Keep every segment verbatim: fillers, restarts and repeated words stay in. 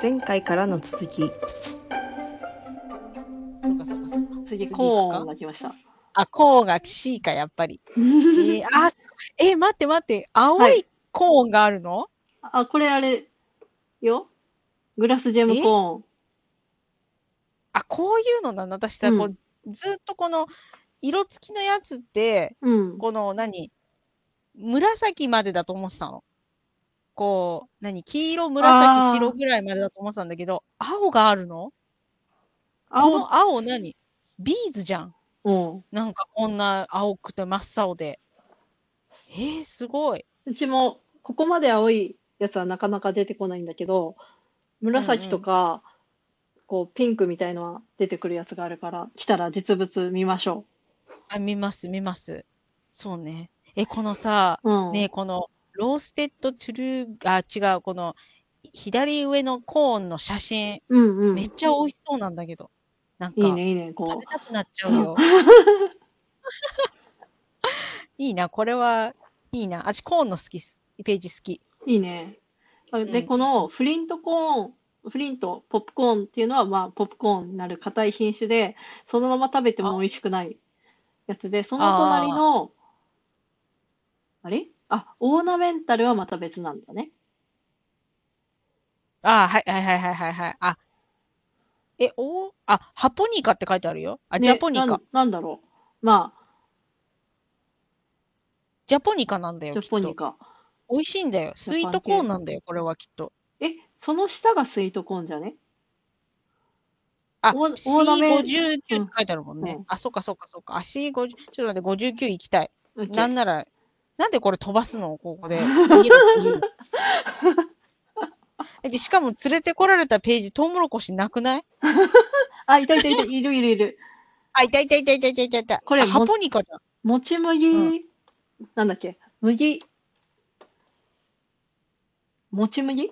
前回からの続き。 そうかそうかそうか。 次、 次コーン行くかが来ました。 あ、コーンが C か、やっぱり。えー、あ、すえー待って待って。青はいいコーンがあるの、 あ、これあれよ。グラスジェムえコーン。 あ、こういうのなの私さ、 うんこう、ずっとこの、色付きのやつって、 うん。 この、何紫までだと思ってたの。こう、何黄色、紫、白あぐらいまでだと思ってたんだけど、青があるのあ、青、 この青何ビーズじゃん。 うん。 なんかこんな青くて真っ青で。えー、すごい。 うちも、ここまで青いやつはなかなか出てこないんだけど、紫とか、こう、ピンクみたいのは出てくるやつがあるから、来たら実物見ましょあ、見ます、見ます。そうね。え、このさ、 う。うん。 ねえ、この、ローステッドトゥルー、あ、違う、この、左上のコーンの写真、 うんうん。 めっちゃ美味しそうなんだけど。なんか、 いいね、いいね、 食こべたくなっちう。そう。 ゃうよ。いいな、これは、いいな。あち、コーンの好きっす。ページ好き。 いいね。で、 うん。 このフリントコーン、フリント、ポップコーンっていうのは、まあ、ポップコーンになる硬い品種で、そのまま食べてあ、 も美味しくないやつで、その隣あの、あれあ、オーナメンタルはまた別なんだね。 あ、あはいはいはいはいはいはい。あ、え、おあ、ハポニカって書いてあるよ。あ、ジャね、 ポニカ。 なん、なんだろう。まあ、 ジャポニカなんだよ、 ジャきっと。 ポニカ、 美味しいんだよ。 ジャスイートコーンパン系。 なんだよ、これはきっと。 え、その下がスイートコーンじゃねあ、 オー、オーナメン、 シーごじゅうきゅううん、 って書いてあるもんね。 うん、 あ、そっかそっかそっか。あ、シーごじゅう、ちょっと待って、ごじゅうきゅう行きたい。 オッケー。 なんなら、なんでこれ飛ばすのここで。逃げろって言うの。えで、しかも連れてこられたページ、トウモロコシなくないあ、いたいたいた、いるいるいる。 あ、いたいたいたいたいたいたいた。あ、 これ、 ハも、 ポニカじゃん。 もちうん。 麦、なんだっけ麦、もち麦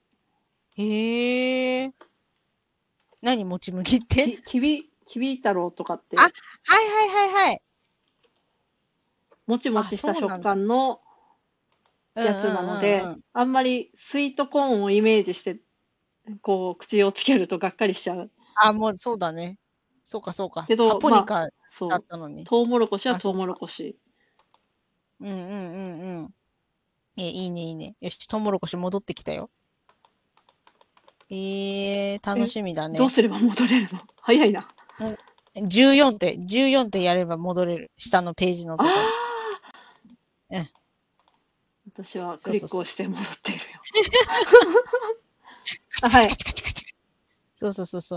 へえ。何、もち麦ってき、きび、きび太郎とかっあ、はて、 いはいはいはい。 もちもあ、 ちした食そうなんだ。 感のうんうやつなので、 んうんうん。 あんまりスイートコーンをイメージして、こう、口をつけるとがっかりしちゃう。 あ、もうそうだね。そうかそうか。ハけど、まあ、 ポニカだっそう、 たのに。 トウモロコシはあ、 トウモロそうか。 コシ。 うんうんうんうん。え、いいねいいね。よし、トウモロコシ戻ってきたよ。えー、楽え、 しみだね。 どうすれば戻れるの早いな。 うん。じゅうよん手、じゅうよん手やれば戻れる。下のページのあとこに。 あうん。 私はクリックをそうそうそう。 して戻っているよ。あ、 カチカチカはい。 チカチカチ。そうそうそうそう。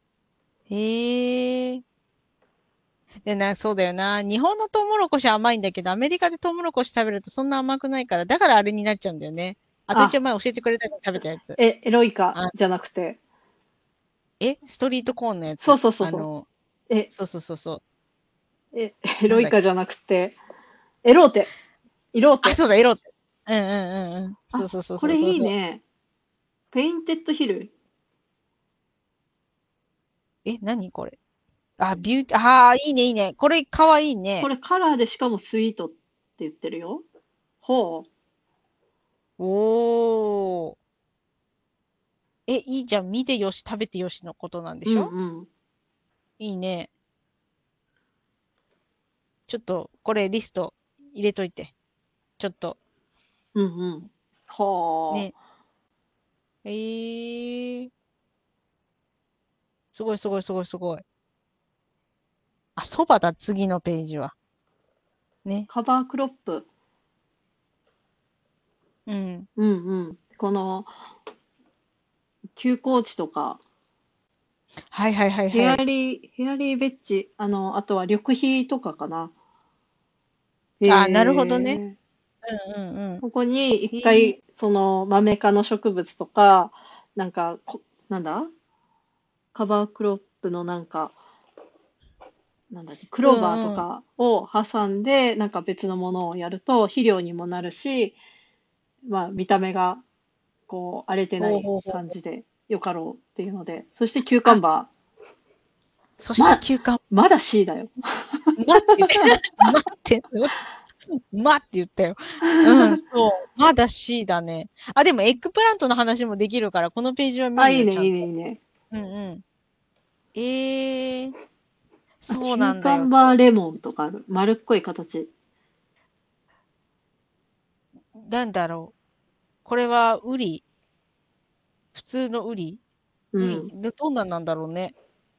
へえ。でな、そうだよな。日本のトウモロコシは甘いんだけど、アメリカでトウモロコシ食べるとそんな甘くないから、だからあれになっちゃうんだよね。あと一応あ、 前教えてくれたから食べたやつ。 え、エロイカあ、 じゃなくて、 えストリートコーンのやそうつ。 そうそうそあの、 う。え、 そうそうそうそう。 え、エなんだっけ。 ロイカじゃなくて、エローテ、イローあ、 テ。 そうだ、エロって。うんうんうんうん。そあ、 うそうそうこれそうそうそう。 いいね。ペインテッドヒル。 え、何これ。あ、ビューティー、ああ、いいねいいね。これかわいいね。 これカラーでしかもスイートって言ってるよ。ほう。 おー。え、いいじゃん。見てよし、食べてよしのことなんでうしょんうん。 いいね。ちょっと、これリスト入れといて。ちょっと、 うんうん。はね。えー、すごいすごいすごいすごい。あ、そばだ、次のページは。ね。 あ。カバークロップ。 うん。 うんうん。この、休耕地とか、 はいはいはいヘアはい。 リー、ヘアリーベッジ、あの、あとは緑肥とかかな。へあ、なるほどね。 え。 うんうんうん。 ここにえ一ー、 回、その、マメ科の植物とか、なんか、こなんだカバークロップのなんか、なんだっけ、クうローバーとんうん。 かを挟んで、なんか別のものをやると肥料にもなるし、まあ見た目がこう荒れてないほうほうほう。 感じでよかろうっていうので、そしてキューカあ、 ンバそー。ま、 して休暇。 まだ C だよ。 待って、待って、待って言ったよ。うん、そう。 まだ C だね。あ、でもエッグプラントの話もできるから、このページは見あ、 るよ、 いいね、いいね、 ちゃんと。 いいね。 うんうん。えー、 あ、 そうキューなんだよ。 カンバーレモンとかある。丸っこい形。 なんだろう。これはウリ普通のウリウリうん。 でどんなんなんだろうね。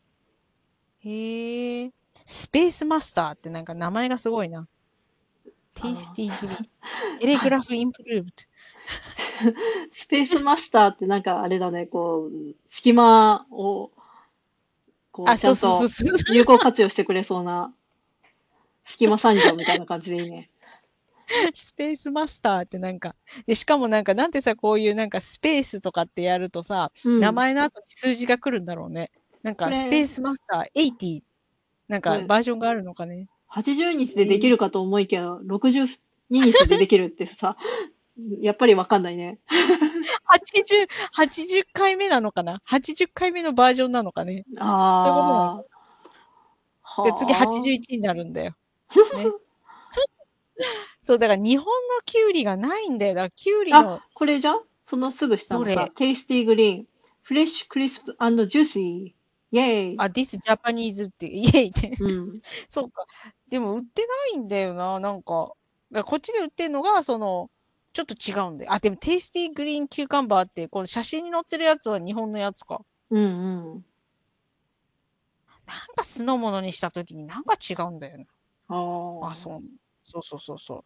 へえ。スペースマスターってなんか名前がすごいな。テイスあの、 ティーグリーン。テレグラフインプルーブド。 スペースマスターってなんかあれだね、こう、隙間を、こう、 あ、 ちゃそうそうそうんとそう。 有効活用してくれそうな隙間産業みたいな感じでいいね。 スペースマスターってなんか、で、しかもなんか、なんでさ、こういうなんかスペースとかってやるとさ、名うん。 前の後に数字が来るんだろうね。なんか、スペーこれ、 スマスターはちじゅう、なんかこれ、 バージョンがあるのかね。 はちじゅうにちでできえー、 るかと思いきや、ろくじゅうににちでできるってさ、やっぱりわかんないね。 はちじゅう、はちじゅっかいめなのかな？ はちじゅう 回目のバージョンなのかね。そういうことなの。 ああ、 で、次はあ。 はちじゅういちになるんだよ。ね。そう、だから日本のキュウリがないんだよ。だからキュウリあ、 の、 これじゃんそのすぐ下のさ、 どれ？ テイスティーグリーン。フレッシュクリスプジューシー。イェーイ。 あ、This Japanese って、イエイって。 うん。 そうか。でも売ってないんだよな、なんか。だからこっちで売ってるのが、その、ちょっと違うんで。あ、でもテイスティーグリーンキューカンバーって、この写真に載ってるやつは日本のやつか。 うんうん。 なんか酢の物にしたときになんか違うんだよな。 ああ、そあ。 う。そうそうそうそう。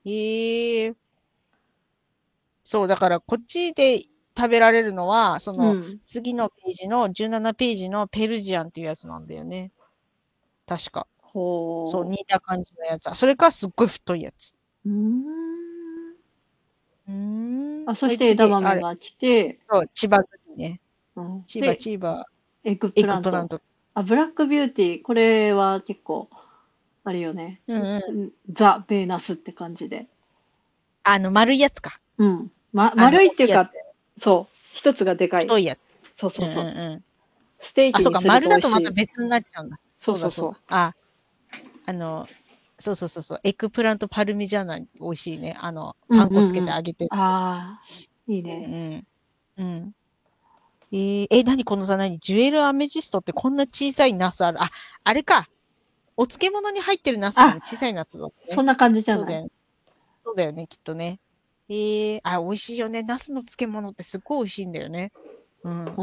ええ、そう、だからこっちで食べられるのは、そのうん。 次のページのじゅうななページのペルジアンっていうやつなんだよね。確か。そう、 ほ似た感じのやつ。あ、それかすっごい太いやつ。 う。うーん。 うーん。 あ、そえ、 して枝次、あれ。 豆が来て、 そう、千葉栗ね。 うん。 千葉、 で、 千葉、 エッグエップラント。 グプラント。 あ、ブラックビューティー。これは結構、あれよね。 うんうん。 んザ・ベーナスって感じで。 あの、丸いやつか。 うん。ま、 あの、 丸いっていうか、 大きいやつだよ。 そう。一つがでかい。 太いやつ。うんうんそうそうそう。 うん。 ステーあ、そうか、 キにする丸だとと美味しい。 また別になっちゃうんだ。 そうそうだそうだ。 そうそう。 あ、あの、そうそうそうそう。エッグプラントパルミジャーナ美味しいね。あの、 うんパン粉つけうんうん。 て揚げてる。 ああ、いいうんね。 うん。うん。えー、え、何このさ、何ジュエルアメジストってこんな小さいナスある？あ、あれか。お漬物に入ってるナスのあ、 小さいナスだね。 そんな感じじゃない？ そうだよね。そうだよね、きっとね。えー、あ、美味しいよね。ナスの漬物ってすっごい美味しいんだよね。うん。 うん。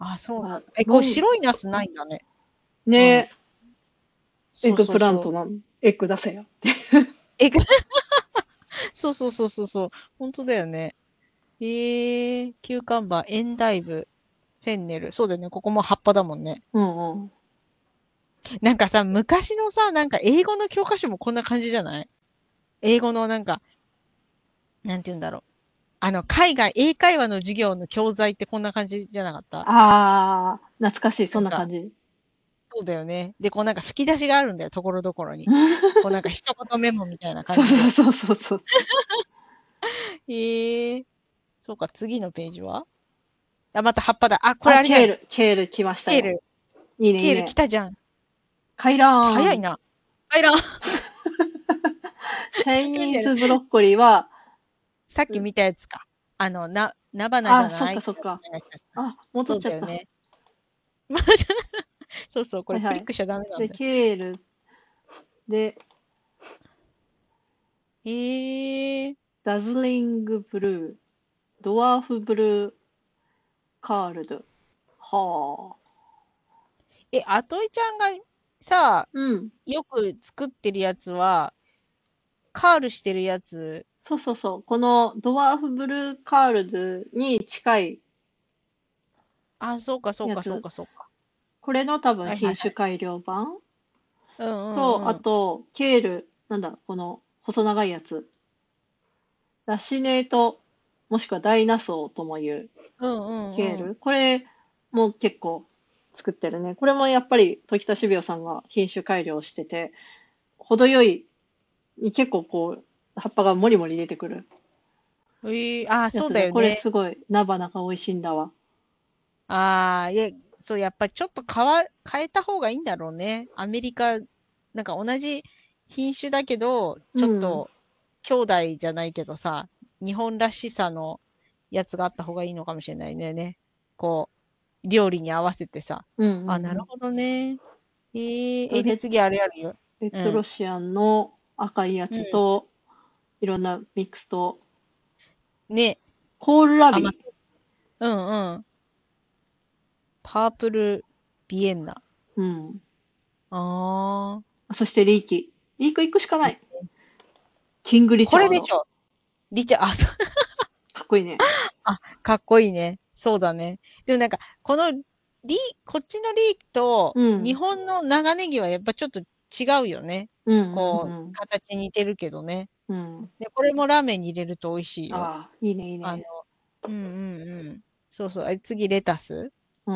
あ、そうなんあ、 だ。え、これもん、 白いナスないんだね。うん。 ね、エッそうグプランそうそう。 トなの。エッグ出せよ。 え、そうそうそうそうそう。本当だよね。えー、キューカンバー、エンダイブ、フェンネル。そうだよね。ここも葉っぱだもんね。 うんうん。 なんかさ、昔のさ、なんか英語の教科書もこんな感じじゃない？英語のなんか、なんて言うんだろう。あの、海外、英会話の授業の教材ってこんな感じじゃなかった？ ああ、懐かしい。そなんか、 んな感じ。 そうだよね。で、こうなんか吹き出しがあるんだよ、ところどころに。こうなんか一言メモみたいな感じで。 そうそうそうそうそう。 へえー、そうか、次のページは？あ、また葉っぱだ。あ、これあ、 あれじゃん。 ケール、ケール来ましたよ。 ケール、 いいね、いいケール来ね。 たじゃん。 回覧。 早いな。あいらん。 チャイみたいな。 ニーズブロッコリーは、 さっき見たやつか。あの、な、菜花じゃあ、そっない？ かそっか。 お願いします。 あ、戻そっちゃった。 うだよね。そうそう、こはいはい。 れクリックしちゃダメなんで、 だよ。 ケールで、 へえ。 ダズリングブルー、ドワーフブルーカールド。はあ。 え、あといちゃんがさ、 うん。 よく作ってるやつは、カールしてるやつ。 そうそうそう。このドワーフブルーカールドに近いあ、そうか、そうか、そうやつ。 か、そうか。 これの多分はいはいはい。 品種改良版うんうと、あんうん。 と、ケール、なんだ、この細長いやつ。ラシネート、もしくはダイナソーとも言ううんうんうん。 ケール。これも結構作ってるね。これもやっぱり時田種苗さんが品種改良してて、程よい、結構こう、葉っぱがもりもり出てくるええ、あ、そうやつで、これだよね。 すごい菜花が美味しいんだわ。 ああ、いや、そう、やっぱりちょっと変わ、変えた方がいいんだろうね。アメリカ、なんか同じ品種だけど、 うん。 ちょっと兄弟じゃないけどさ、 日本らしさのやつがあった方がいいのかもしれないね。こう、料理に合わせてさ。 うんうあ、 んうん。 なるほどね。えー、え、で、 とレ、 次あれあるよ。 レッうん。 ドロシアンの赤いやうん。 つと、いろんなミックスと、 ね。 コールラあ、ま、 ビ。 うんうん。パープルビエンナ。 うん。 あそしてリーキ。リークいくしかなー。 い。キング・リチャード。 これでしょ。リチャ、あ、そう、 かっこいいね。 あ、かっこいいね。そうだね。でもなんか、このリ、こっちのリーと日うん。 本の長ネギはやっぱちょっと違うよね。 うんうこう、 ん形似てるけどね。 うん。うん。 で、これもラーメンに入れると美味しいよ。 ああ、いいねいいあの、 ね。 うんうんうん。そうそう。あ、次、レタス。 うん。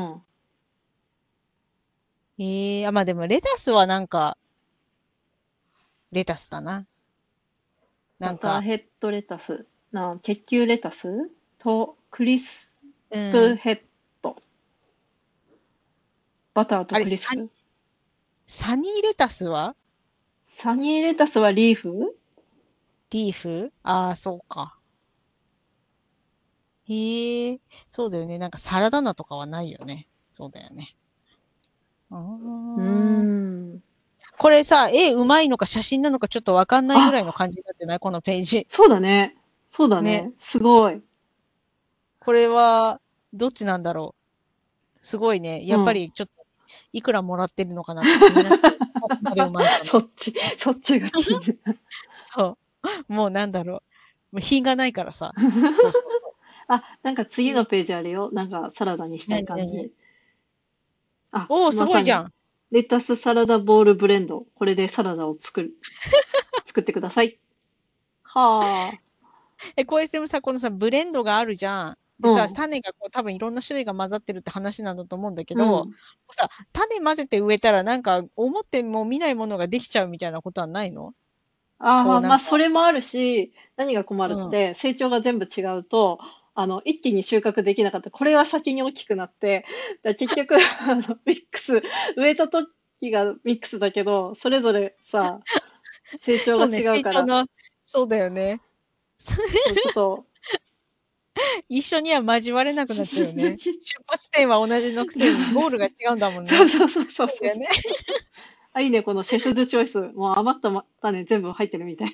ええー、あ、まあでもレタスはなんか、レタスだな。なバんか、 ターヘッドレタス。な、結球レタスとクリスうん。 プヘッド。バターとあれ、サ、 クリスプ。 サニーレタスはサニーレタスはリーフ。 リーフああー、そうか。へえ、そうだよね。なんかサラダ菜とかはないよね。そうだよね。あうーあ。 ん。 これさ、絵うまいのか写真なのかちょっとわかんないぐらいのあ、 感じになってないこのページ。 そうだね。そうだね。 ね。すごい。 これは、どっちなんだろう。すごいね。やっぱうん。 りちょっと、いくらもらってるのかなって気になっちゃう。ここまでうまいとね。 そっち、そっちが気になる。 そう。もうなんだろう。もう品がないからさ。そうそうそあ、なんかう。え、 次のページあるよ。なんかサラダにしたないになに感じ。あ、 おー、すまさに。 ごいじゃん。 レタスサラダボールブレンド。これでサラダを作る、作ってください。はえ、こうしてもさ、このさ、ブレンドがあるじゃん。 あ。 でさ、 うん。 種がこう多分いろんな種類が混ざってるって話なんだと思うんだけど、 うん。 さ、種混ぜて植えたらなんか思っても見ないものができちゃうみたいなことはないの？こああ、まあ、 うなんか、 それもあるし、何が困るうん。 って、成長が全部違うと、あの、一気に収穫できなかった。これは先に大きくなって、だ結局、あの、ミックス、植えた時がミックスだけど、それぞれさ、成長がそうね、 違うから、 成長の、そうだよね。 そうちょっと、 一緒には交われなくなっちゃうよね。出発点は同じのくせにゴールが違うんだもんね。 そうそうそうそうそう。 そうだよね。 あ、いいね、このシェフズチョイス。もう余ったま種全部入ってるみたい。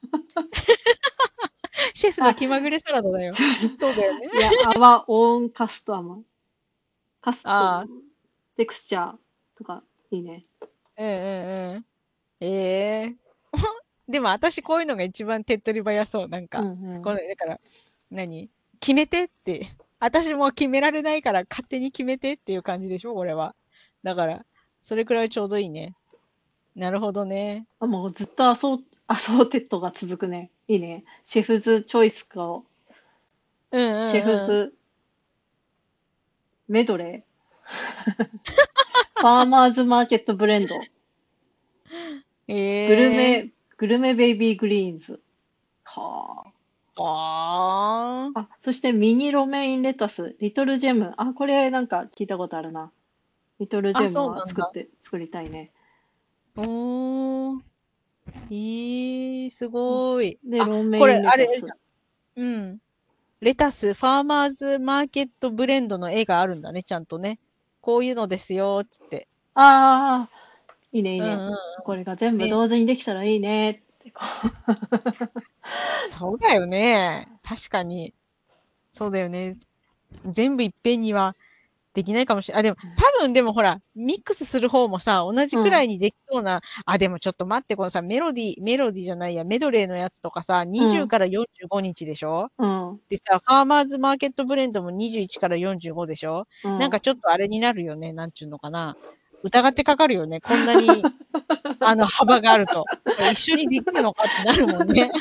シェフのあ、 気まぐれサラダだよ。 そうそう。 そうだよね。 いや、our own custom。カスタム、 ああ、 テクスチャーとか、いいね。 うんうんうん。ええでも私こういうのが一番手っ取り早そう。なんうか、この、 んうん。 だから、何決めてって。私も決められないから勝手に決めてっていう感じでしょこれは。だから、それくらいちょうどいいね。なるほどね。 あ、もうずっとアソー、アソーテッドが続くね。いいね。シェフズチョイスか、 うんシェフうんうズメドレー、ファーマーズマーケットブレンド、 ん。 グルええメ、グルメベイビーグリーンズ。はー。ああ。あ、そしてミニロメインレタス、リトルジェム。あ、これなんか聞いたことあるな。リトルあ。あ、 ジェムそうなんだ。 は作って、作りたいね。 おー。ええー、すごい。 で、 あ、 ロメインこれ、あれ、 レタス。 うん。レタス、ファーマーズマーケットブレンドの絵があるんだね、ちゃんとね。こういうのですよ、つって。 ああ、いいね、いいね。 うんうんこれが全うん。ね。 部同時にできたらいいねってこそうだよね。確かに。そうだよね。全部いっぺんにはできないかもしれない。あ、でも、多分でもほら、ミックスする方もさ、同じう。うん、 くらいにできそうな、あ、でもちょっと待って、このさ、メロディー、メロディーじゃないや、メドレーのやつとかさ、にじゅううん、 からよんじゅうごにちでしょうん、 でさ、ファーマーズマーケットブレンドもにじゅういちからよんじゅうごでしょうん。 なんかちょっとあれになるよね。なんちゅうのかな。疑ってかかるよね。こんなに、あの、幅があると。これ一緒にできるのかってなるもんね。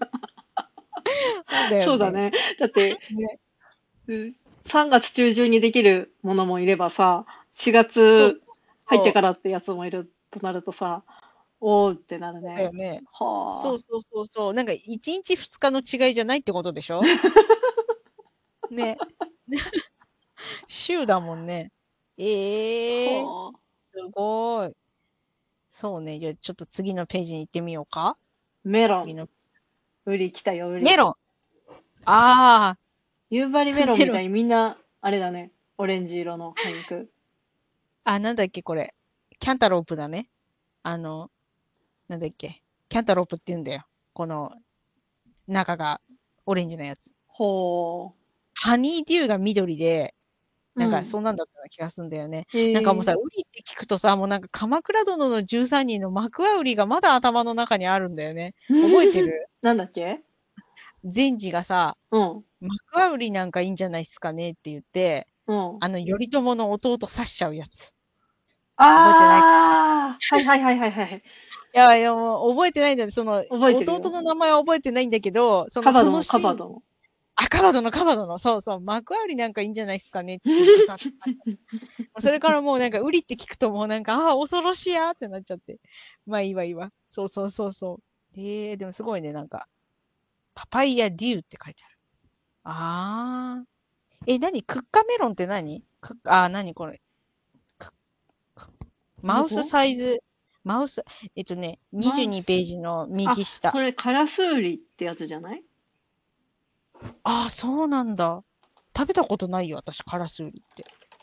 そうだよね。 そうだね。だって、 ね。 うさんがつ中旬にできるものもいればさ、4 そうそう月入ってそう。 からってやつもいるとなるとさ、おーってなるそうだね。 よね。そはあ。 うそうそうそう。なんかいちにちふつかの違いじゃないってことでしょね。週だもんね。ええー、 はあ。 すごい。そうね。じゃあちょっと次のページに行ってみようか。 メロン。 次の。 売り来たよ、売り。 メロン。 あ夕張メあ、 ロンメロン。 みたいにみんな、あれだね。オレンジ色の果肉。 あ、なんだっけ、これ。キャンタロープだね。あの、なんだっけ。キャンタロープって言うんだよ。この中がオレンジのやつ。 ほハニーデューが緑で、 う。 なんうん。 かそんなんだったような気がするんだよね。なんかもうさ、 へえ。 ウリって聞くとさ、もうなんか鎌倉殿のじゅうさんにんのマクワウリがまだ頭の中にあるんだよね。覚えてる？ なんだっけ？ 善治がさ、 うん。 マクワウリなんかいいんじゃないっすかねって言って、 うん。 あの、頼朝の弟刺しちゃうやつ。覚えてない？いああ、はいはいはいはいはい。 やいや、もう覚えてないんだよ。その、弟覚えてるよ。 の名前は覚えてないんだけど、その、そカバドののシーン、 カバドの。 あ、カバドのカバドの、そうそう、マクワウリなんかいいんじゃないっすかねって言ってさ、それからもうなんか、ウリって聞くともうなんか、ああ、恐ろしいやってなっちゃって。まあいいわいいわ。そうそうそうそう。ええー、でもすごいね、なんか、パパイヤデューって書いてある。ああ。え、何クッカメロンって何クッ、あー、何これ。ククマウスどこ？ サイズ、マウス、えっとね、 ま、 にじゅうにページのあ、 右下。 これカラスウリってやつじゃない？ ああ、そうなんだ。食べたことないよ、私、カラスウリって。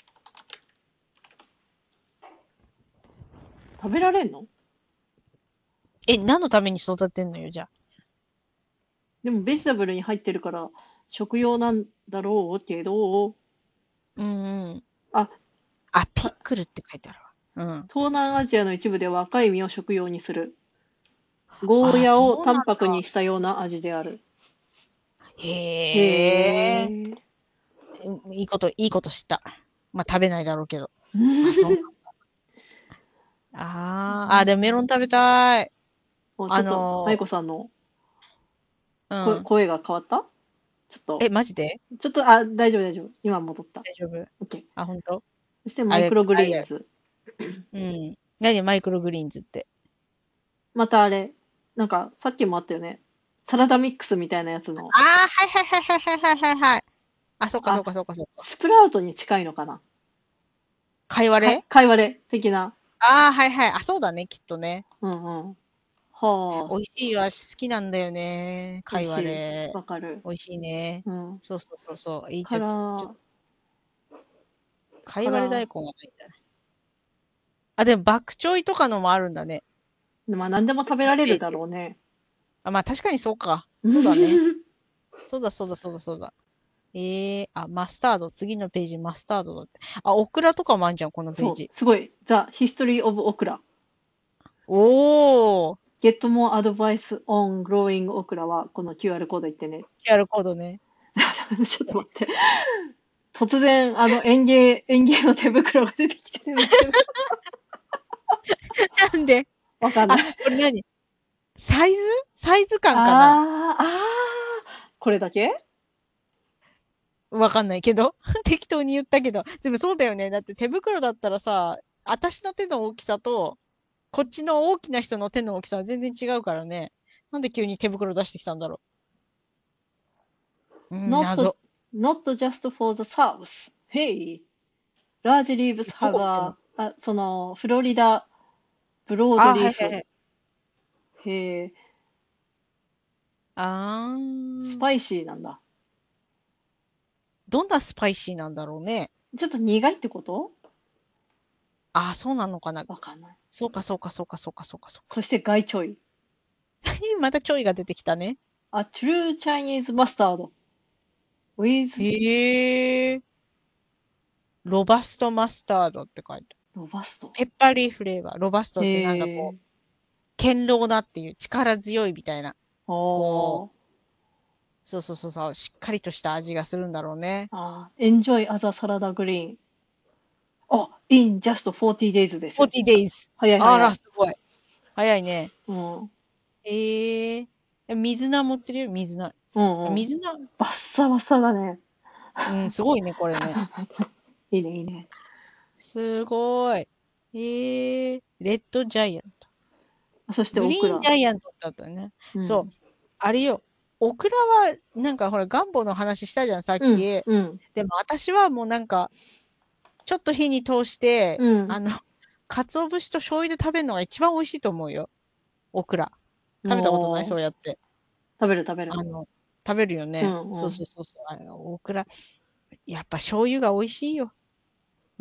食べられんの？ え、何のために育てんのよ、じゃあ。 でもベジタブルに入ってるから食用なんだろうけど、 うんうん。 あ、 あ、ピッたクルって書いてあるわ。うん。 東南アジアの一部では赤い実を食用にする。ゴーああ、 ヤをそうなん淡白にだ。 したような味である。 へえ。 へえ。 うんいいこと、いいこと知った。まあ、食べないだろうけど。あ、そうなんだ。ああ、あ、でもメロン食べたい。 お、ちあょっと、まゆのこさんのー、うん。 声声が変わった？ちょっと、 え、マジでちょっと、あ、大丈夫大丈夫。今戻った。 大丈夫？ OK。 あ、本当？ そしてマあれ、 イクログあれ、 リーンズ。 うん。何マイクログリーンズって。 またあれ、なんかさっきもあったよね。サラダミックスみたいなやつの、 ああ、はいはいはいはいはいはいはいはい。あ、そっかそあ、 っかそっかそっか。 スプラウトに近いのかな。か、 かいわれ？ かいわれ的な。 ああー、はいはい。あ、そうだね、きっとね。 うんうん。はあ、 美味しいわ、好きなんだよね。かいわ美味しい。 れ。 わかる。 美味しいね。 うん。 そうそうそうそう。え、じかゃあ、つちょっら、 と、かいわれ大から、 根がないんだね。あ、でも、バックチョイとかのもあるんだね。 まあ何でも食べ次のられるだページ。 ろうね。 あ、まあ確かにそうか。そうだね。そうだそうだそうだそうだ。ええー、あ、マスタード。次のページ、マスタードだって。あ、オクラとかもあんじゃん、このペーそう、 ジ。 すごい。The History of Okra。 おー、 Get more advice on growing okra はこの キューアール コード言ってね。 キューアール コードね。 ちょっと待って。突然、あの、園芸、園芸の手袋が出てきてるんだけど。 なんで？あ、 わかんない。 これ何？サイズサイズ感かな？ あー、あー、これだけ？ わかんないけど。適当に言ったけど。でもそうだよね。だって手袋だったらさ、私の手の大きさと、こっちの大きな人の手の大きさは全然違うからね。なんで急に手袋出してきたんだろう。うん、 not, 謎。 not just for the South. Hey, large leaves ど have こ見てん a, の？ あ、その、フロリダ、ブロードあ、 リーフ。 はいはいはい。 へえ、 あー。 スパイシーなんだ。 どんなスパイシーなんだろうね。 ちょっと苦いってこと？ あー、そうなのかな。 わかんない。 そうかそうかそうかそうかそうかそうか。 そしてガイチョイ。 またちょいが出てきたね。 A true Chinese mustard with へえ。ロバストマスタードって書いてある。 ロバスト。 ペッパリーフレーバー。ロバストへってなんかこう、 え、 堅牢なっていう力強いみたいな。 あこう、 ー、 そうそうそうそう、しっかりとした味がするんだろうね。 あー、enjoy as a salad green. あ、in just フォーティー days ですよ。 フォーティー days。あら、 早い早い。 すごい。早いね。 うん。うんええー。水菜持ってるよ、水菜。 うん。 水菜、 バッサバサだね。 うん、すごいね、これね。 いいね、いいね。 すごい。ええー。レッドジャイアント。 そしてグリーンジオクラ。 ャイアントだったね。そう。 うん。 あれよ。オクラは、なんかほら、ガンボの話したじゃん、さっうん、 き。 うん、 でも私はもうなんか、ちょっと火に通して、 うん、 あの、鰹節と醤油で食べるのが一番美味しいと思うよ。オクラ。食べたことないもう、 そうやって。 食べる食べる。 あの、 食べるようね。 んうん。 そうそうそうそう。あれ、オクラ、やっぱ醤油が美味しいよ。うん。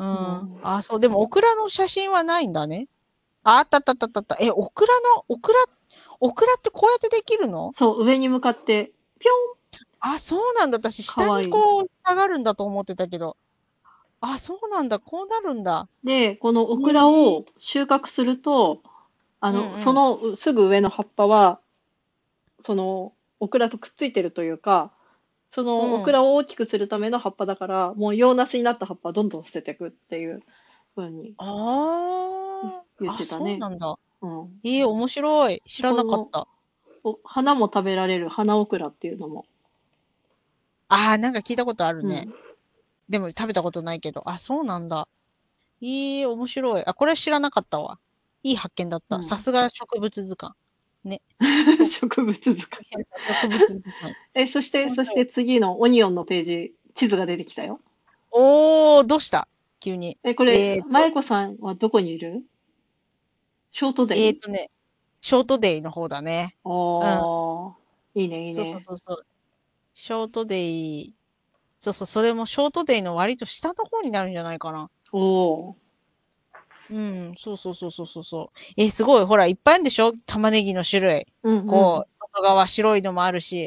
うん。 あ、そう、でもオクラの写真はないんだね。あ、あったあったあったあった。え、オクラの、オクラ、オクラってこうやってできるの？ そう、上に向かって、ぴょん、 あ、そうなんだ。私、下かわいい。 にこう下がるんだと思ってたけど。あ、そうなんだ。こうなるんだ。 で、このオクラへえ。 を収穫すると、あうんの、そうん。 のすぐ上の葉っぱは、その、オクラとくっついてるというか、そのオクうん。 ラを大きくするための葉っぱだから、もう洋梨になった葉っぱはどんどん捨てていくっていう風にあ言っあ。あ、 てたね。 そうなんだ。 うん。 ええ、面白い。知らこの、 なかった。 お花も食べられる花オクラっていうのも。 ああ、なんか聞いたことあるね。 うん。 でも食べたことないけど。あ、そうなんだ。ええ、面白い。あ、これ知らなかったわ。いい発見だった。さうん。 すが植物図鑑。ね。そうか。 植物図鑑。 植物図鑑。 え、そして、 面白い。 そして次のオニオンのページ、地図が出てきたよ。 おー、どうした急に。 え、これ、 えーと、 まえこさんはどこにいる？ショートデイ？ えーとね、ショートデイの方だね。 あうん。 ー、いいね、いいそうそうね。 そうそう。ショートデイ、そうそう、それもショートデイの割と下の方になるんじゃないかな。 おー。 うん、そうそうそうそうそうそう。えーすごい、ほら、いっぱいあるんでしょ玉ねぎの種類。 うんうん。 こう、外側白いのもあるし。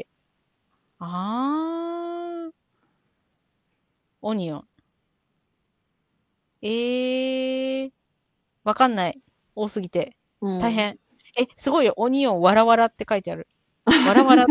あー、オニオン。えー、わかんない。多すぎて。 うん。 大変。え、すごいよ。オニオンわらわらって書いてある。わらわら。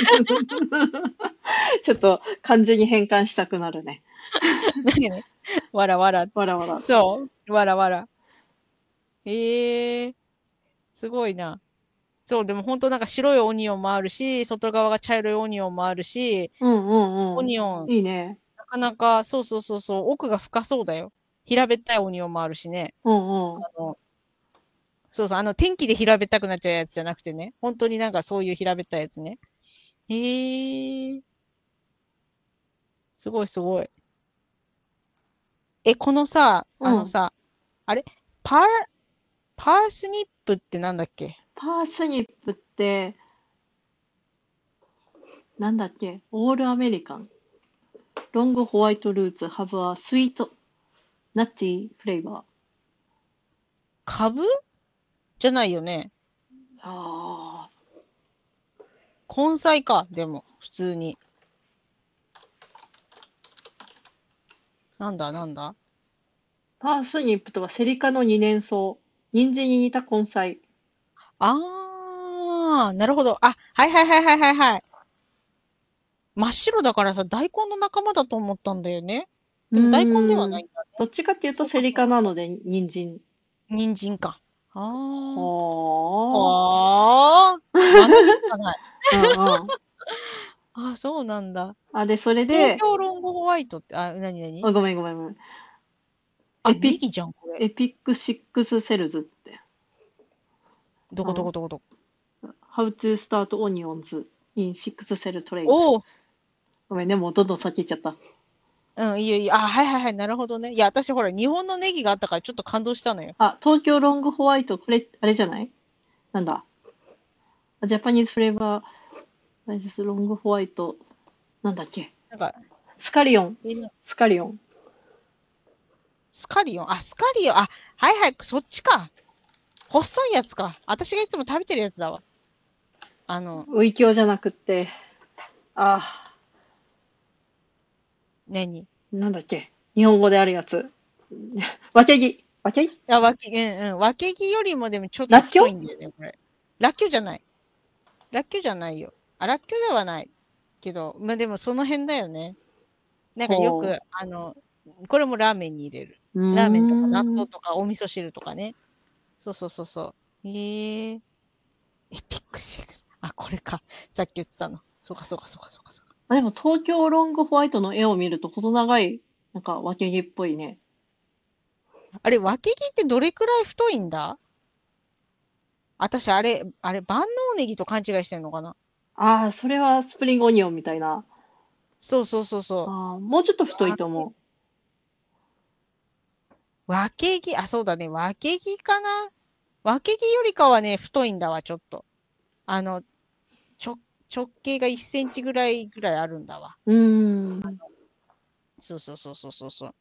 ちょっと漢字に変換したくなるね。 何ね。わらわら。 わらわら。 そう。わらわら。ええー、すごいな。そう、でも本当なんか白いオニオンもあるし、外側が茶色いオニオンもあるし、 うんうんうん。 オニオン、 いいね。 なかなか、そうそうそうそう、奥が深そうだよ。平べったいオニオンもあるしね。 うんうん。 あの、そうそう、あの、天気で平べったくなっちゃうやつじゃなくてね。本当になんかそういう平べったいやつね。へえ、すごいすごい。え、このさ、 うん。 あのさ、あれパー、パースニップってなんだっけ？ パースニップって、なんだっけ？オールアメリカン。ロングホワイトルーツ、ハブはスイート、ナッティフレーバカブじゃないよね。 ー。ああ。 根菜か、でも、普通に。なんだなんだパースニップとはセリ科の二年草。人参に似た根菜。 あー、なるほど。あ、はいはいはいはいはいはい。真っ白だからさ、大根の仲間だと思ったんだよね。 うでも大根ではーん。 ないんだね。 どっちかっていうとそうセリかそうか。 科なので人参。 人参か。あー。 ははー。学びしかない。 あ。うんうん。 あ、そうなんだ。 あ、で、それ東で、 京ロングホワイトって、あ、なになに？ あ、ごめんごめんごめん。 あ、 エピ、 ネギじゃん、これ。 エピックシックスセルズって。 どこどうん。 こどこどこ。 How to start onions in six cell trays。 おー。 ごめんね、もうどんどん先行っちゃった。 うん、いいよいいよ。あ、はいはいはい、なるほどね。いや、私ほら、日本のネギがあったからちょっと感動したのよ。 あ、東京ロングホワイト、これ、あれじゃない？なんだ。ジャパニーズフレーバー、ライスロングホワイト、なんだっけ。 なんか、 スカリオン。 みんな、 スカリオン。 スカリオン、あ、スカリオン、あ、はいはい、そっちか。細いやつか。私がいつも食べてるやつだわ。あの、 ウイキョウじゃなくって、あ、 何？ なんだっけ。日本語であるやつ。わけぎ。わけぎ？ あ、わけ、うんうん。わけぎよりもでもちょっとらっきょう？ 太いんだよね、これ。ラッキョウじゃない。ラッキョウじゃないよ。あ、ラッキョウではない。けど、まあ、でもその辺だよね。なんかよほく、あの、これもラーメンに入れる。 う。うラーメンとか納ーん。 豆とかお味噌汁とかね。そうそうそうそう。へえー、エピックシックス。あ、これか。さっき言ってたの。そうかそうかそうかそうかそうか。 あ、でも東京ロングホワイトの絵を見ると細長い、なんかわけぎっぽいね。 あれ、わけぎってどれくらい太いんだ？私、あれ、あれ、万能ネギと勘違いしてんのかな？ ああ、それはスプリングオニオンみたいな。 そうそうそうそああ、もうちょっとう。 太いわけ、 と思わけぎ、あ、そうだね。わけぎかな？わけぎよりかはね、太いんだわ、ちょっと。あの、ちょ、 直径がいっセンチぐらいぐらいあるんだわ。 うーん。 そうそうそうそうそうそう。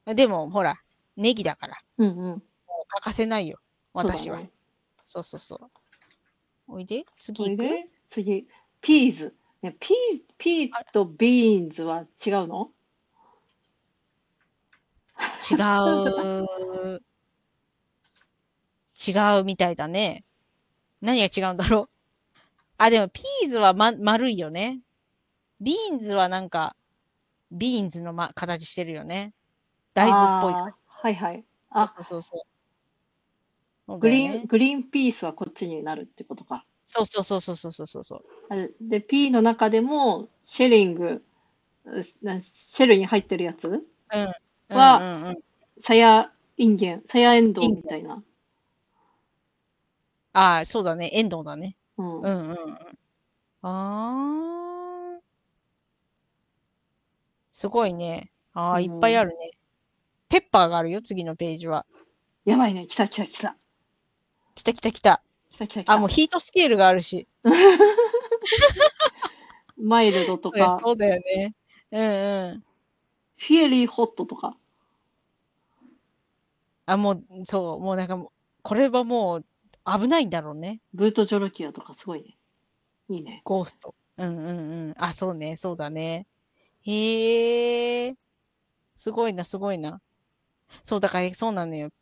でも、ほら、ネギだから。 うんうん。 もう欠かせないよ。私は。 そうだね。 そうそうそう。おいで次行く。 おいで、次、ピーズ。ね、ピー、ピーあとビーンズは違うの？ 違う、違うみたいだね。何が違うんだろう。あ、でも、ピーズはま、丸いよね。ビーンズはなんか、ビーンズの、ま、形してるよね。大豆っぽい感ああ、はいはい。 じ。 あ、 そうそうそうそう。そうグリーン、 だよね。 グリーンピースはこっちになるってことか。 そうそうそうそうそうそうそう。 あで、ピーの中でも、シェリング、うなシェルに入ってるやつうん。うんは、 うんうん。 さやいんげん、さやえんどいいね。 うみたいな。 ああ、そうだね。エンドウだね。 うん。 うんうんうん。ああ、すごいね。ああ、いっぱいうん。 あるね。ペッパーがあるよ、次のページは。 やばいね。来た来た来た。 来た来た来た。あ、も来た来た来た。 うヒートスケールがあるし。 マイルドとそうや、 か、 そうだよね。うんうん。 フィエリーホットとか、 あ、もう、そう、もうなんかもう、これはもう危ないんだろうね。 ブートジョロキアとかすごいね。いいね。 ゴースト。うんうんうん。あ、そうね、そうだね。へえ、すごいな、すごいな。そう、だから、そうなのよ。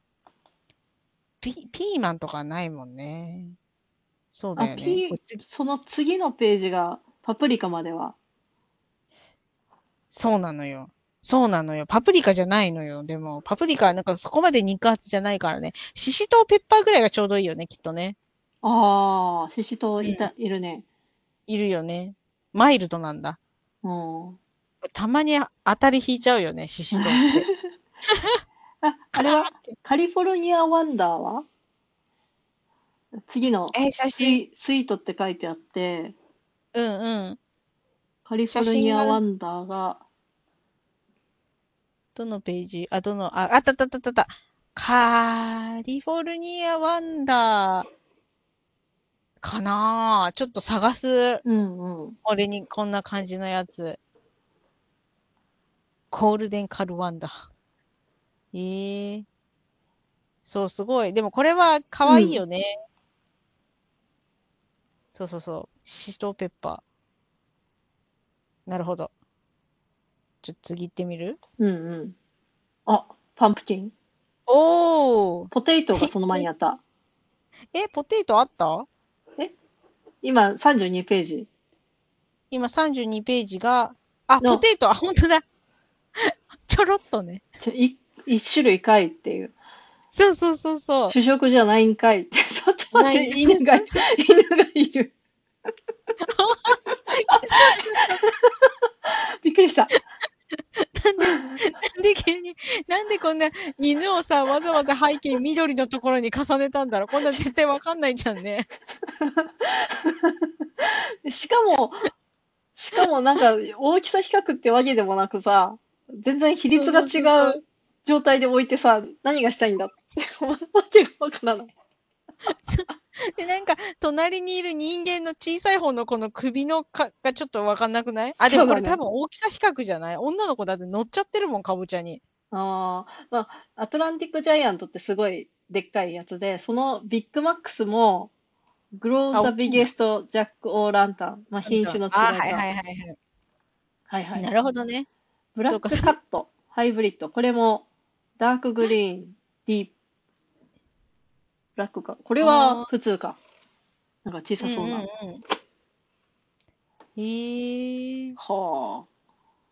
ピ、ピーマンとかないもんね。そうだあ、 よね。こピー、 っち、 その次のページがパプリカまでは。 そうなのよ。そうなのよ。パプリカじゃないのよ。でも、パプリカはなんかそこまで肉厚じゃないからね。シシトウペッパーぐらいがちょうどいいよね、きっとね。 ああ、シシトウうん。 いた、いるね。 いるよね。マイルドなんだ。 うん。 たまに当たり引いちゃうよね、シシトウって。 あ、あカラれはーって。 カリフォルニアワンダーは次のえ、写真。 スイ、スイートって書いてあって、 うんうん。 カリフォルニ写真が、 アワンダーが、 どのページあ、どの、あ、あったあったあったあった。カリフォルニアワンダーかなぁ。ちょっと探す。 うんうん。 俺にこんな感じのやつ。ゴールデンカルワンダー。ええ、そう、すごい。でもこれは可うん。 愛いよね。そうそうそう。シシトウペッパー。なるほど。ちょっと次行ってみる？ うんうん。あ、パンプキン。 おー。 ポテイトがその前にあった。 え、ポテトあった？ え今さんじゅうにページ今さんじゅうにページが、あ、ポの、 テト、あ、ほんとだ。ちょろっとね。 ちょい、一種類かいっていう。 そうそうそうそ主食じゃないんかいって。ちょっとう。ない、 待って、 そう犬が、 そうそう。 犬がいる。 消される。 びっくりした。 なんで、なんで急に、なんでこんな犬をさ、わざわざ背景緑のところに重ねたんだろう。こんな絶対わかんないじゃんね。 しかも、しかもなんか大きさ比較ってわけでもなくさ、全然比率がそうそうそうそ違うう。 状態で置いてさ、何がしたいんだってわけがわからない。 で、なんか、隣にいる人間の小さい方のこの首のかがちょっとわかんなくない？あ、でもこれ多そうだね。 分大きさ比較じゃない？女の子だって乗っちゃってるもん、かぼちゃに。 ああ、まあ、アトランティックジャイアントってすごいでっかいやつで、そのビッグマックスも、グローあ、 ザ大きいんだ。 ビゲストジャックオーランタン。まあ、品種のああ、 違いか。 はいはいはいはい。 はいはい。 なるほどね。 ブラッそうか、 クそう。 カット、ハイブリッド。これも、ダークグリーン、ディープ、ブラックか。これはああ、 普通か。なんか小うんうんさそうな。 うん。へえ、 はあ。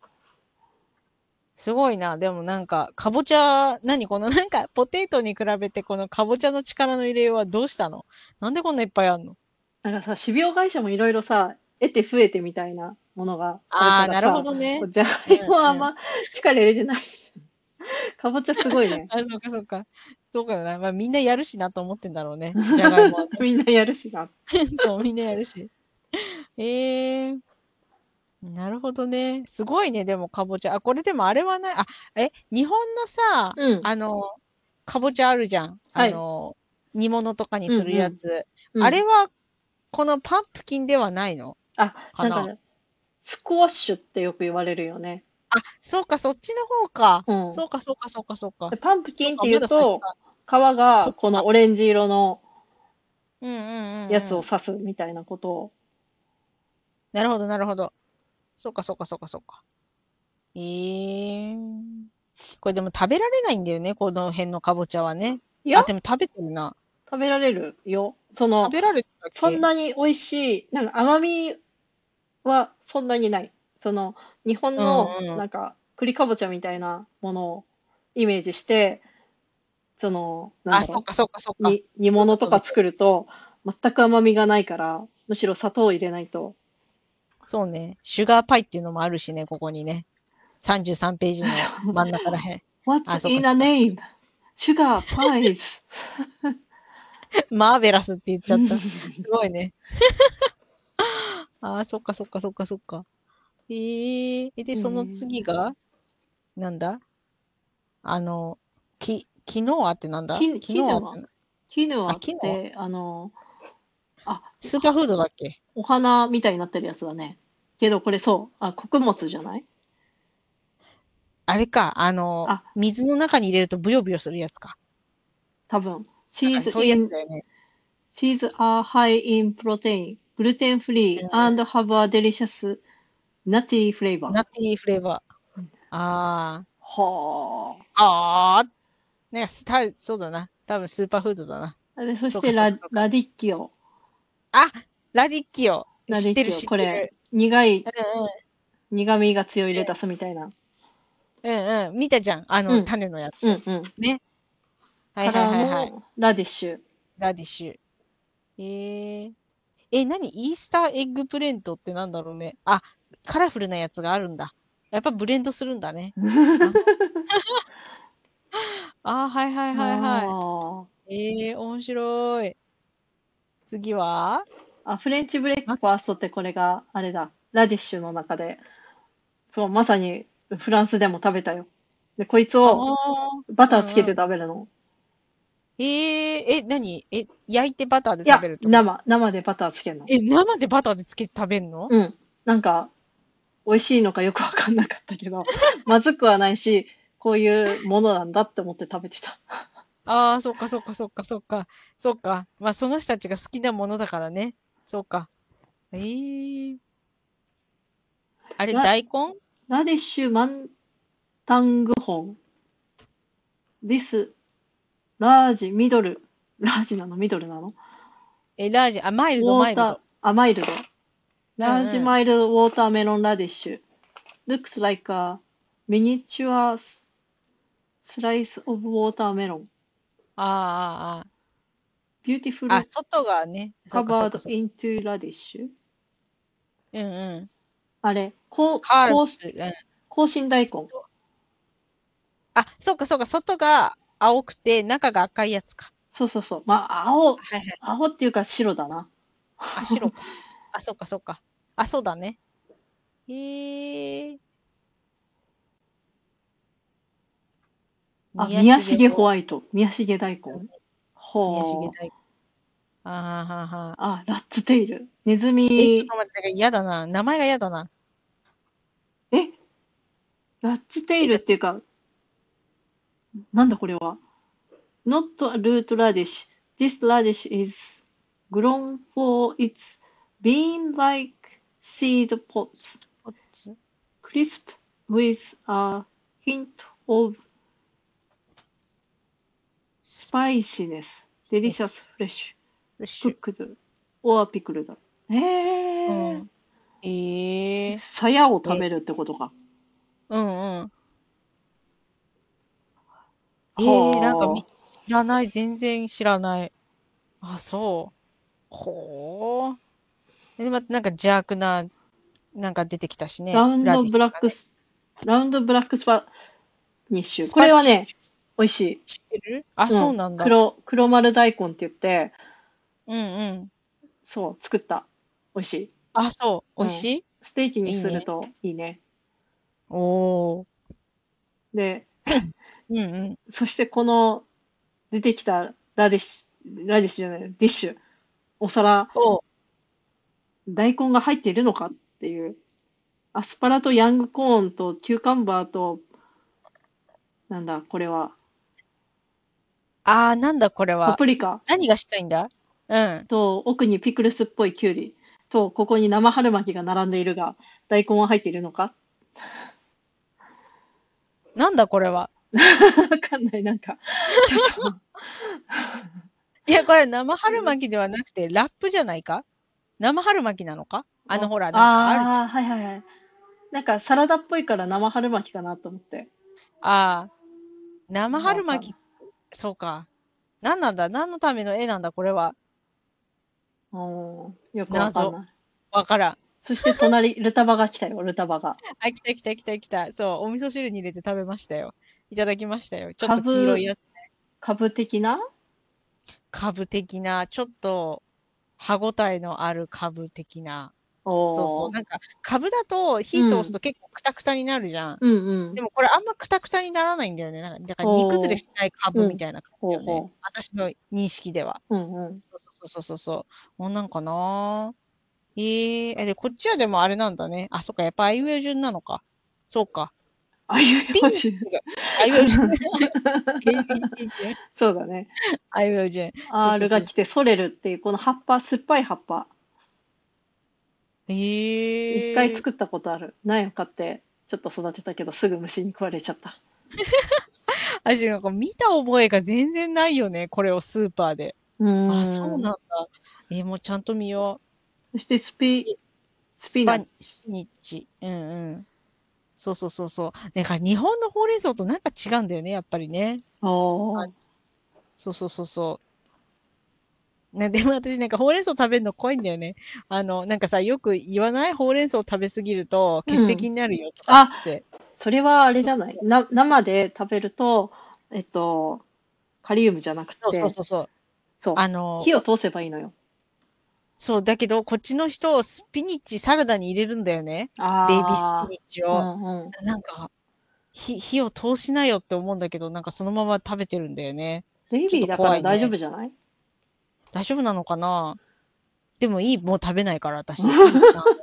すごいな。でもなんか、かぼちゃ、何このなんか、ポテトに比べてこのかぼちゃの力の入れようはどうしたの？なんでこんないっぱいあんの？ なんかさ、種苗会社もいろいろさ、得て増えてみたいなものがあるああー、なるほからさ、 どね。 こうじゃがうんいもはあんうん。 ま力入れてないじゃん。かぼちゃすごいね。 あ、そうかそうか。そうかな。まあみんなやるしなと思ってんだろうね。じゃがいもはね。 みんなやるしな。 そう、みんなやるし。ええー、なるほどね。すごいね、でもかぼちゃ。あ、これでもあれはない。あ、え、日本のさ、 うん。 あの、かぼちゃあるじゃん。あはい。 の、煮物とかにするうんうん。 やつ。 うん。 あれはこのパンプキンではないのあ、 かな？ なんかね、スクワッシュってよく言われるよね。 あ、そうか、そっちの方か。 うん。 そうか、そうか、そうか、そうか。 でパンプそうか、 キンって言まだ先うと、 か。 皮がこのそっちか。 オレンジ色のうんうんやうんうん。 つを指すみたいなことを。 なるほど、なるほど。そうか、そうか、そうか、そうか。ええー。これでも食べられないんだよね、この辺のかぼちゃはね。 いや、 あ、でも食べてるな。 食べられるよ。その、 食べられてたっそんけ？ なに美味しい、なんか甘みはそんなにない。その、日本うんのうん。 なんか栗かぼちゃみたいなものをイメージして、その、なんあ、 だろそっか、そっか、そっう、 か。 に、煮そうだ、 物とかそうだ。 作ると全く甘みがないから、むしろ砂糖を入れないと。 そうね。シュガーパイっていうのもあるしね、ここにね。さんじゅうさんページの真ん中らへん。 What's あ、そっか、 in そ a っか。 name? Sugar pies. マーベラスって言っちゃった。すごいね。あ、そっか、そっか、そっか、そっか。えー、えで、その次えが、なんだあの、き、キノアってなんだキ、 キキヌア。 ノアってな、 キヌアあ、 っキノアて、あの、あ、はスーパーフードだっけ？ お花みたいになってるやつだね。けどこれそう、あ、穀物じゃない？ あれか、あの、 あ、 水の中に入れるとブヨブヨするやつか。 多分。 なんか Seeds そういうやつ in, だよね。 seeds are high in protein, gluten う free, ん。 and have a delicious nutty flavor. ナッティーフレーバー。あはあ。ああ。ね、た、そうだな。多分スーパーフードだな。 あ。で、そしそうか、 てラ、 そうか、そうか。 ラディッキオ。 あ、ラディッキオ。知ってる、 ラディッキオ。これ、 知ってる。 苦い、 うんうん。 苦味が強いレタスみたいな。 うんうん。見たじゃん。あの、 うん。 種のやつ。 うんうん。 ね。はいはいからはいはい。 のラディッシュ。 ラディッシュ。えー。え、何イースターエッグブレンドってなんだろうね。あ、カラフルなやつがあるんだ。やっぱブレンドするんだね。あ、あー、はいはいはいはい。 あええー、面白い。次はあ。あ、フレンチブレックマキ、 ファーストってこれが、あれだ。ラディッシュの中で。そう、まさにフランスでも食べたよ。で、こいつあをあ、 バターつけてうんうん。 食べるの。 ええー、え、何え、焼いてバターでいや、 食べるってこと？ 生、生でバターつけるの。 え、生でバターでつけて食べるの？ うん。なんか、美味しいのかよくわかんなかったけど、まずくはないし、こういうものなんだって思って食べてた。 ああー、そっかそっかそっかそっか。そっか。まあ、その人たちが好きなものだからね。そうか。ええー、あれ、 ラ、 大根？ ラディッシュマンタングホン。This ラージ、ミドル。ラージなのミドルなの？ え、ラージ、あ、マイルド、 ウォーター、 マイルド。 あ、マイルド。 うんラージうん。 マイルドウォーターメロンラディッシュ。Looks like a miniature slice of watermelon. ああ、ああ、ああ、 Beautiful 外がね。そうかそうか covered そうか。 into radish. うんうん。 あれ、こう、こう、 カース、うん。 香辛大根。 あ、そうかそうか。外が青くて、中が赤いやつか。 そうそうそう。まあ、青、 はいはい。 青っていうか白だな。 あ、白か。あ、そうかそうか。あ、そうだね。へえ。 あ、 宮宮重ホ重も、 ワイト。宮重大根。 宮重ほう。 大根。あははは。 あ、ラッツテイル。ネズえ、ちょっミ、 と待って、嫌だな。名前が嫌だな。 え、ラッツテイえ、だって、 ルっていうか、なんだこれは。Not a root radish. This radish is grown for its bean-like seed pods. こっち、 Crisp with a hint of ス spiciness. ネ Delicious ス、 fresh フレッシュ。 cooked or pickled. えー、 うん。ええ。 鞘を食え、 べるってことか。 うんうん。ええ、なんかみ、 は知らない。全然知らない。あ、そう。ほう。で、またなんか邪悪な、なんか出てきたしあ。ラね。ラウンドブディッシュがね。 ラックス、ラウンドブラックスパニッシュ。こスパニッれはね、 シ美味しい。 ュ知ってる？あ、 うん。 そうなんだ。 黒、黒丸大根って言って、 うんうん。 そう、作った。美味しい。 あ、そう。美うん。 味しステーキにい？いいね。 するといいね。 おー。 で、 うんうん。 そしてこの出てきたラディッシュ、ラディッシュじゃない、ディッシュ、お皿、 おう。 大根が入っているのかっていう。アスパラとヤングコーンとキューカンバーと、なんだ、これは、 あー、なんだこれパは。 プリカ何がしたいんだ？うん。 と、奥にピクルスっぽいキュウリと、ここに生春巻きが並んでいるが、大根は入っているのか？ なんだこれは。 わかんない、なんか、ちょっと、 いや、これ生春巻きではなくて、ラップじゃないか？生春巻きなのか？あの、ほら、なんかあるじああー、はいはいはい。なんかサラダっぽいから生春巻きかなと思って。 ゃん。ああ、生わかんない。 春巻き、そうか。何なんだ？何のための絵なんだこれは。 おー、よくわかん謎。 ない。 わからん。 そして隣、ルタバが来たよ、ルタバが。 あ、来た来た来た来た。そう、お味噌汁に入れて食べましたよ。いただきましたよ。ちょっと黄色い株、 やつ。 株的な。 カブ的な、ちょっと歯ごたえのあるカブ的な。そうそう。 おー、 なんか、カブだと火通すうん、 と結構クタクタになるじゃん。 うんうん。 でもこれあんまクタクタにならないんだよね。なんか、だから煮崩れおー、 しないカブうん、 みたいな感じだよね。 ほうほ私の認識では。 う。うんうん。 そうそうそうそうそう。こんなんかな。えー、え、で、こっちはでもあれなんだね。あ、そっか、やっぱあいうえお順なのか。そうか。 あいうスピニッえお順。 チが、あいうえお順。エービーシー 順。 そうだね。 あいうえお順。そうそう R そうそが来て、ソレルっていう、この葉っぱ、酸っぱい葉っぱ。 う。 一回えー。 作ったことある。苗買って、ちょっと育てたけど、すぐ虫に食われちゃった。 私なんか見た覚えが全然ないよね。これをスーパーで。 うあ、そうーん。 なんだ。えーもうちゃんと見よそしてスピ、 う。えスピナッスパチ。 ニッチ。うんうん。そうそうそうそう。だから日本のほうれん草となんか違うんだよね、やっぱりね。あ、 おー。 そうそうそうそう。ね、でも私なんかほうれん草食べるの怖いんだよね。あの、なんかさ、よく言わない？ほうれん草食べすぎると結うん。 石になるよとかっあ、 つって。 それはあれそうじゃないな、生で食べると、えっと、カリウムじゃなくそうそうて、 そうそう。 そう、 あの、 火を通せばいいのよ。 そう、だけど、こっちの人、スピニッチサラダに入れるんだよね。ベイビースピあニッチあ、うを。 んうん。 なんか、火、火を通しなよって思うんだけど、なんかそのまま食べてるんだよね。 ベイちょっとビーだから大丈怖いね。 夫じゃない？ 大丈夫なのかな？でもいい、もう食べないから、私。いいな。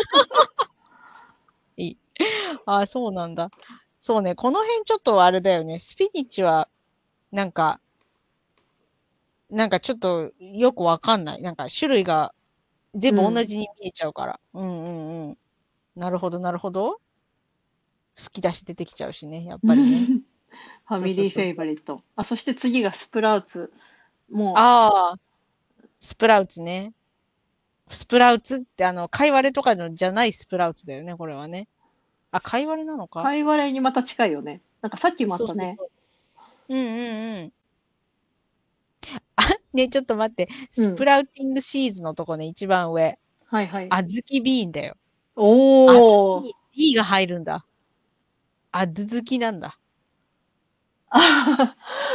いい。あ、そうなんだ。そうね、この辺ちょっとあれだよね。スピニッチは、なんか、なんかちょっとよくわかんない。なんか種類が全部同うん。 じに見えちゃうから。うんうんうん。なるほど、なるほど。吹き出し出てきちゃうしね、やっぱりね。 ファそうミリーフェイそうそうそう。 バリット。あ、そして次がスプラウツ。もああ、スプラウツね。スプラウツってあの、カイワレとかのじゃないスプラウツだよね、これはね。 う、 あ、カイワレなのか？ カイワレにまた近いよね。なんかさっきもあったね。 そうそうそう。うんうんうん。ね、ちょっと待って。 うん。 スプラウティングシーズのとこね、一番上。 はいはい。 あずきビーンだよ。あずきおー。 に B が入るんだ。あずづきなんだ。 あ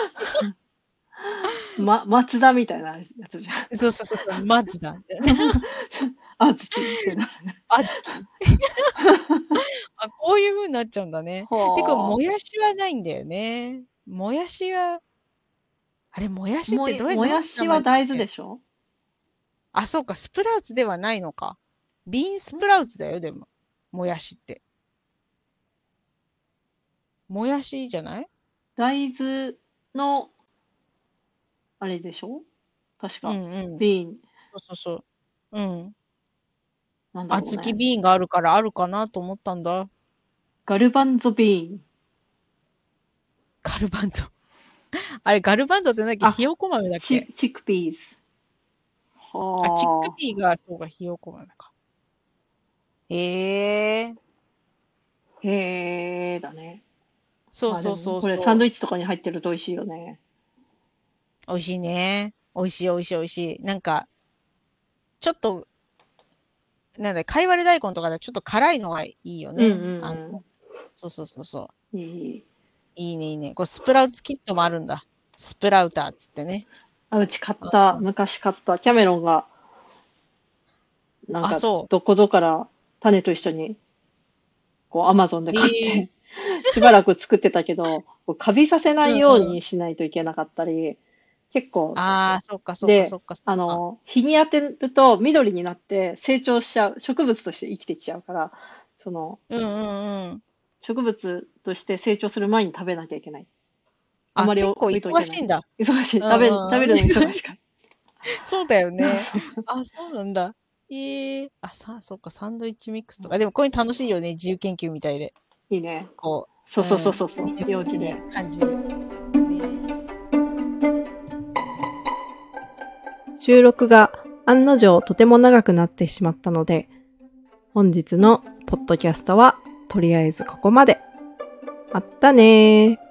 ま、松田みたいなやつじゃん。 そうそうそうそう、マジだ。 あずきってなる。 あずき。あ、こういう風になっちゃうんだね。で、これ、 ほもやしはないんだよね。もやしは、あれ、もやー。もや、 しってどうや、 もどうやって名やしは大豆で前だっけ？ しょ？ あ、そうか、スプラウツではないのか。ビーンスプラウツだよ、でも。もやしって。もやしじゃない？ 大豆の、あれでしょ？確うか。 んうん。 ビーン、 そうそうそう。うん。 なんだあろうね。 ずきビーンがあるからあるかなと思ったんだ。 ガルバンゾビーン。 ガルバンゾ。あれ、ガルバンゾってなんだっけ？ あ、 ひよこ豆だっチ、 け？ チックピーズ。 あ、チックはピーが、そうか、ひよこ豆か。へえ。 あ。へえ、だね。 そうそうまあでも、これサンそうそドイッチとかに入ってると美味しいよね。 う。美味しいね。美味しい美味しい美味しい。なんか、ちょっと、なんだ、かいわれ大根とかでちょっと辛いのがいいようんね。あの、 うんそうそうそうそうん。いい。 う。いいねいいね。これスプラウツキットもあるんだ。スプラウターっつってね。 あ、うち買っあ、 た。昔買った。キャメロンが、なんあか、 そどこぞから種と一緒に、こう、アマゾンでう。 買っええ、 て、しばらく作ってたけど、こうカビさせなうんいよううん。 にしないといけなかったり、 結構。 ああ、そっかそっかでそっかそっか。 あの、日に当てると緑になって成長しちゃう、植物として生きてきちゃうから、その、 うんうんうん。 植物として成長する前に食べなきゃいけない。ああ、 まり結構置いといけない。 忙しいんだ。 忙しい。 うん食べ、食べるのうんうん。 忙しかっそうだよた。 ね。あ、そうなんだ。ええあ、さ、そっか、サンドイッチミックスとか。でもこういうの楽しいよね、自由研究みたいで。 いいね。 こう、 そうそうそううん。 そうそう。 自分に幼稚で。 感じる。ね収録が案の定とても長くなってしまったので、本日のポッドキャストはとりあえずここまで。まったねー。